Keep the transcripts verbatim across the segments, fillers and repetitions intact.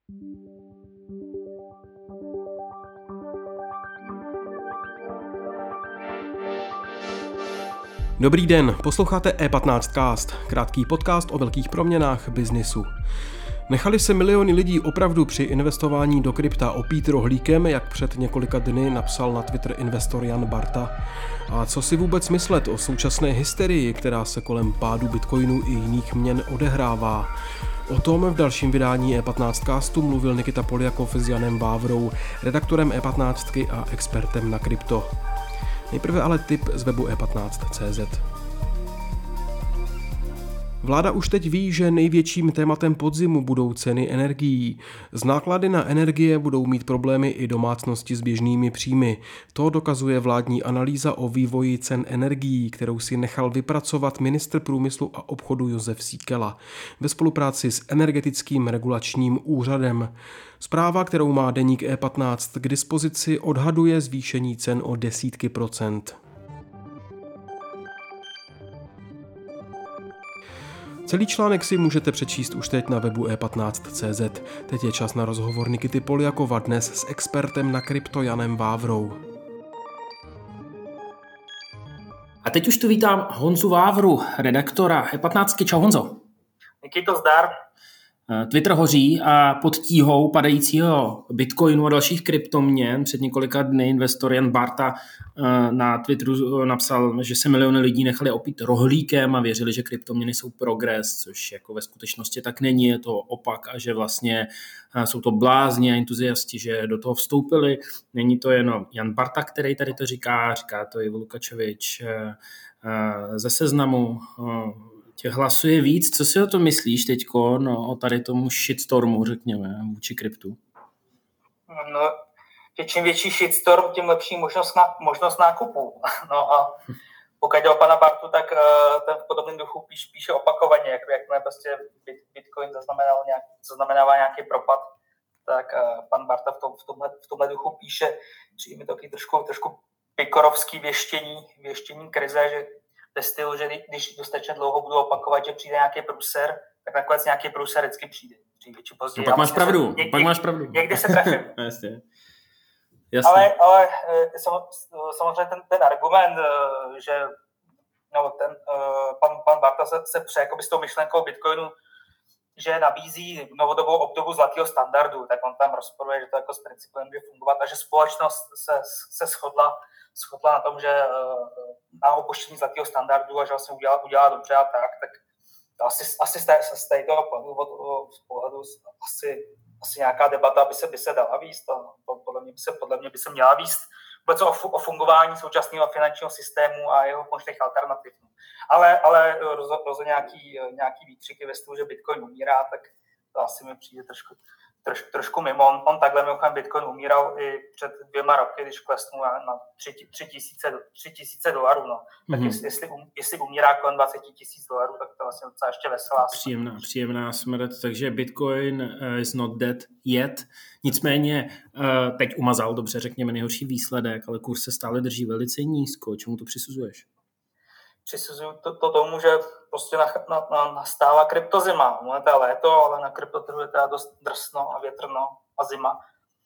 Dobrý den, posloucháte E patnáct Cast, krátký podcast o velkých proměnách biznisu. Nechali se miliony lidí opravdu při investování do krypta opít rohlíkem, jak před několika dny napsal na Twitter investor Jan Barta? A co si vůbec myslet o současné hysterii, která se kolem pádu bitcoinu i jiných měn odehrává? O tom v dalším vydání E patnáct Castu mluvil Nikita Poljakov s Janem Vávrou, redaktorem E patnáct a expertem na krypto. Nejprve ale tip z webu e patnáct tečka cé zet. Vláda už teď ví, že největším tématem podzimu budou ceny energií. Z náklady na energie budou mít problémy i domácnosti s běžnými příjmy. To dokazuje vládní analýza o vývoji cen energií, kterou si nechal vypracovat ministr průmyslu a obchodu Josef Síkela ve spolupráci s Energetickým regulačním úřadem. Zpráva, kterou má deník E patnáct k dispozici, odhaduje zvýšení cen o desítky procent. Celý článek si můžete přečíst už teď na webu e patnáct tečka cé zet. Teď je čas na rozhovor Nikity Poljakova dnes s expertem na krypto Janem Vávrou. A teď už tu vítám Honzu Vávru, redaktora E patnáct. Čau Honzo. Nikito, zdar. Twitter hoří a pod tíhou padajícího bitcoinu a dalších kryptoměn před několika dny investor Jan Barta na Twitteru napsal, že se miliony lidí nechali opít rohlíkem a věřili, že kryptoměny jsou progres, což jako ve skutečnosti tak není, je to opak a že vlastně jsou to blázni a entuziasti, že do toho vstoupili. Není to jenom Jan Barta, který tady to říká, říká to i Lukačevič ze Seznamu. Tě hlasuje víc. Co si o to myslíš teďko, no, o tady tomu shitstormu, řekněme, vůči kryptu? No, čím větší shitstorm, tím lepší možnost, na, možnost nákupu. No a pokud jde o pana Bartu, tak uh, ten v podobném duchu píš, píše opakovaně, jak, jakmile prostě Bitcoin zaznamenal nějak, zaznamenává nějaký propad, tak uh, pan Barta v, tom, v, tomhle, v tomhle duchu píše, přijde mi taky trošku, trošku pikorovský věštění, věštění krize, že ve stylu, že když dostatečně dlouho budu opakovat, že přijde nějaký průser, tak nakonec nějaký průser vždycky přijde. Přijde či později. No, pak máš pravdu, se, něk, pak máš pravdu. Někde se trefím. Jasně. Jasně. Ale, ale samozřejmě ten, ten argument, že no, ten, pan, pan Barta se, se pře jakoby s tou myšlenkou Bitcoinu, že nabízí novodobou obdobu zlatého standardu, tak on tam rozporuje, že to jako z principu nemůže fungovat a že společnost se, se shodla, shodla na tom, že na opuštění zlatého standardu a že vlastně udělá, udělá dobře a tak, tak asi, asi z této pohledu, z pohledu asi, asi nějaká debata by se, by se dala víst, a podle mě by se, podle mě by se měla víst vůbec o, o fungování současného finančního systému a jeho možných alternativ. Ale, ale rozhodně nějaký, nějaký výkřiky ve stylu, že Bitcoin umírá, tak to asi mi přijde trošku, troš, trošku mimo. On, on takhle mimochodem Bitcoin umíral i před dvěma roky, když klesnul na, na tři tisíce dolarů. No. Tak mm-hmm. jestli, um, jestli umírá kolem dvacet tisíc dolarů, tak to vlastně docela ještě veselá. Příjemná, příjemná smrt, takže Bitcoin uh, is not dead yet. Nicméně uh, teď umazal, dobře řekněme, nejhorší výsledek, ale kurz se stále drží velice nízko. Čemu to přisuzuješ? Přisuzuju to, to tomu, že prostě na, na, na, nastává kryptozima. No, to je léto, ale na kryptotrhu je teda dost drsno a větrno a zima.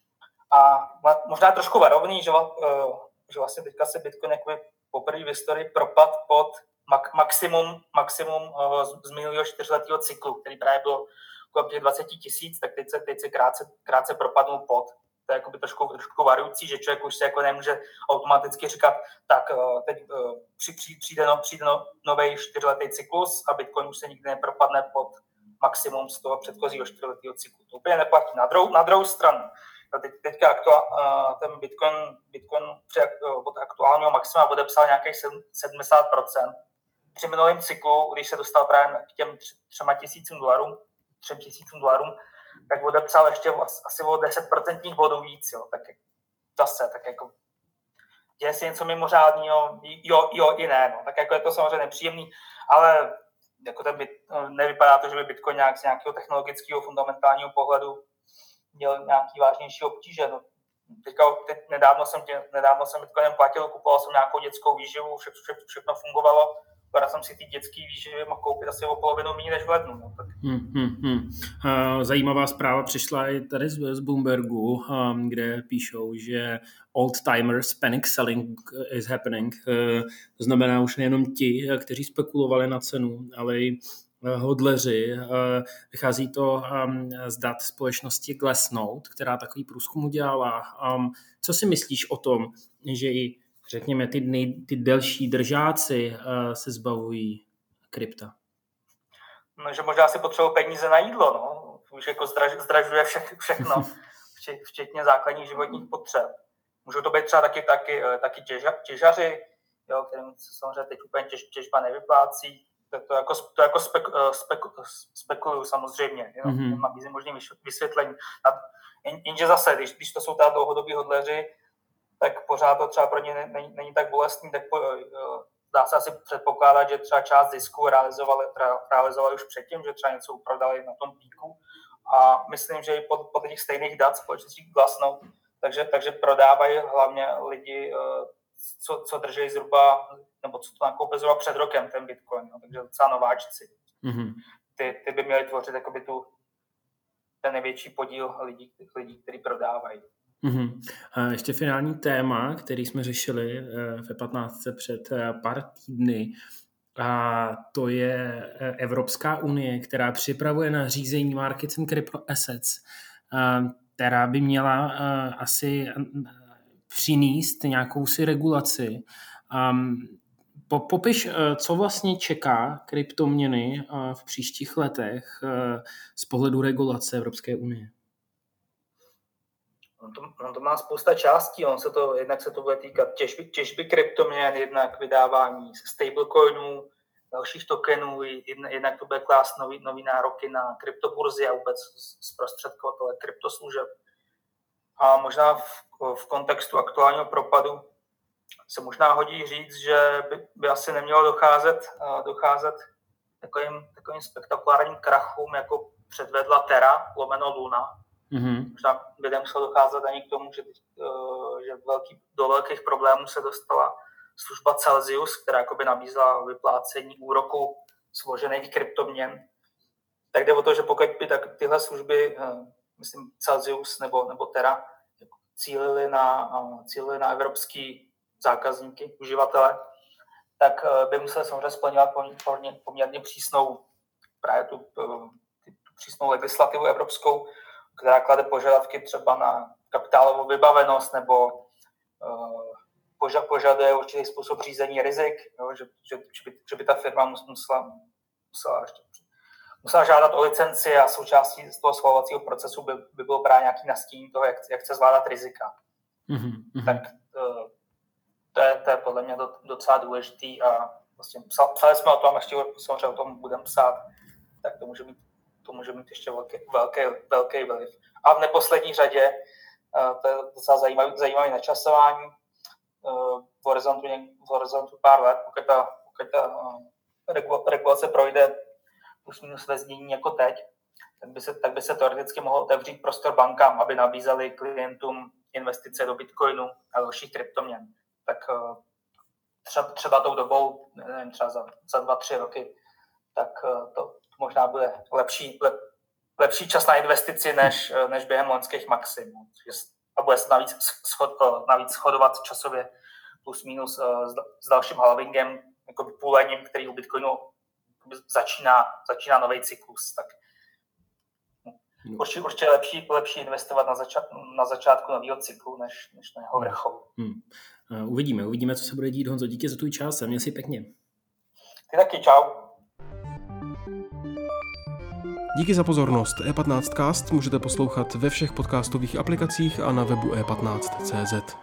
A možná trošku varovný, že, že vlastně teďka se Bitcoin poprvé v historii propad pod mak, maximum, maximum z minulého čtyřletého cyklu, který právě byl kolem těch dvacet tisíc, tak teď se, teď se krátce, krátce propadnul pod. To je jakoby trošku, trošku varující, že člověk už se jako nemůže automaticky říkat, tak teď při, při, přijde, no, přijde no, nový čtyřletý cyklus a Bitcoin už se nikdy nepropadne pod maximum z toho předchozího čtyřletého cyklu. To úplně neplatí. Na druhou, na druhou stranu, teď, teďka aktuál, ten Bitcoin, Bitcoin od aktuálního maxima odepsal nějakých sedmdesát procent. Při minulém cyklu, když se dostal právě k těm třema tisícům dolarů, třem tisícům dolarům, tak odepsal ještě asi o deset procentních bodů víc, jo, tak zase, tak jako děje se něco mimořádného, jo, jo i ne, no, tak jako je to samozřejmě nepříjemný, ale jako ten byt, nevypadá to, že by Bitcoin nějak z nějakého technologického fundamentálního pohledu měl nějaký vážnější obtíže, no. Teďka, teď nedávno jsem, tě, nedávno jsem Bitcoinem platil, kupoval jsem nějakou dětskou výživu, vše, vše, všechno fungovalo, akorát jsem si ty dětský výživy mohl koupit asi o polovinu méně než v lednu. No, tak. Hmm, hmm, hmm. Zajímavá zpráva přišla i tady z Bloombergu, kde píšou, že old-timers panic selling is happening. To znamená už nejenom ti, kteří spekulovali na cenu, ale i hodleři. Vychází to z dat společnosti Glassnode, která takový průzkum udělala. Co si myslíš o tom, že i řekněme ty, nej, ty delší držáci se zbavují krypta? No, že možná si potřebují peníze na jídlo, no. Už jako zdraž, zdražuje vše, všechno, včetně základních životních potřeb. Můžou to být třeba taky, taky, taky těža, těžaři, jo, kterým se samozřejmě teď úplně těž, těžba nevyplácí. To, to jako, to jako spek, spek, spekuluju samozřejmě, jo. Mm-hmm. Nabízím možný vysvětlení. Jenže zase, když, když to jsou teda dlouhodobí hodleři, tak pořád to třeba pro ně není, není tak bolestný, tak po, dá se asi předpokládat, že třeba část zisku realizovali, realizovali už předtím, že třeba něco uprodali na tom píku a myslím, že i pod, pod těch stejných dat společností Glassnode, takže, takže prodávají hlavně lidi, co, co drží zhruba, nebo co to nakoupili zhruba před rokem ten Bitcoin, no, takže docela nováčci. Mm-hmm. Ty, ty by měli tvořit jakoby tu, ten největší podíl lidí, lidí kteří prodávají. Uhum. A ještě finální téma, který jsme řešili ve patnáctce před pár týdny, a to je Evropská unie, která připravuje na řízení Markets and Crypto Assets, která by měla asi přinést nějakou si regulaci. Popiš, co vlastně čeká kryptoměny v příštích letech z pohledu regulace Evropské unie. On to, on to má spousta částí, on se to, jednak se to bude týkat těžby, těžby kryptoměn, jednak vydávání stablecoinů, dalších tokenů, jednak to bude klást nový, nový nároky na kryptoburzy a vůbec zprostředkovatele kryptoslužeb. A možná v, v kontextu aktuálního propadu se možná hodí říct, že by, by asi nemělo docházet, docházet takovým, takovým spektakulárním krachům, jako předvedla Terra, lomeno Luna. Mm-hmm. Možná by nemuselo docházet ani k tomu, že, že velký, do velkých problémů se dostala služba Celsius, která jakoby nabízela vyplácení úroku složených kryptoměn. Tak jde o to, že pokud by tak tyhle služby, myslím Celsius nebo, nebo Terra, cílily na, cílily na evropský zákazníky, uživatele, tak by museli samozřejmě splňovat poměrně, poměrně přísnou, právě tu, tu přísnou legislativu evropskou, která klade požadavky třeba na kapitálovou vybavenost nebo uh, požaduje určitý způsob řízení rizik, jo, že, že, že, by, že by ta firma musela, musela, ještě, musela žádat o licenci a součástí z toho schvalovacího procesu by, by bylo právě nějaký nastínění toho, jak, jak chce zvládat rizika. Mm-hmm. Tak uh, to, je, to je podle mě docela důležitý a vlastně psali jsme o tom, ještě samozřejmě o tom budeme psát, tak to může být to může mít ještě velký, velký, velký vliv. A v neposlední řadě, to je docela zajímavý, zajímavý načasování, v horizontu, v horizontu pár let, pokud ta, pokud ta regulace projde plus minus ve znění jako teď, tak by se, tak by se teoreticky mohl otevřít prostor bankám, aby nabízeli klientům investice do Bitcoinu a dalších kryptoměn. Tak třeba, třeba tou dobou, nevím, třeba za, za dva, tři roky, tak to možná bude lepší, lep, lepší čas na investici než, než během loňských maxim. A bude se navíc, schod, navíc shodovat časově plus minus s, s dalším halvingem, jako půlením, který u Bitcoinu začíná, začíná nový cyklus. Tak určitě, určitě lepší, lepší investovat na, začát, na začátku nového cyklu, než, než na jeho vrcholu. Hmm. Uvidíme, uvidíme, co se bude dít. Honzo, díky za tvůj čas. Měj si pěkně. Ty taky, čau. Díky za pozornost. E patnáct cast můžete poslouchat ve všech podcastových aplikacích a na webu e patnáct tečka cé zet.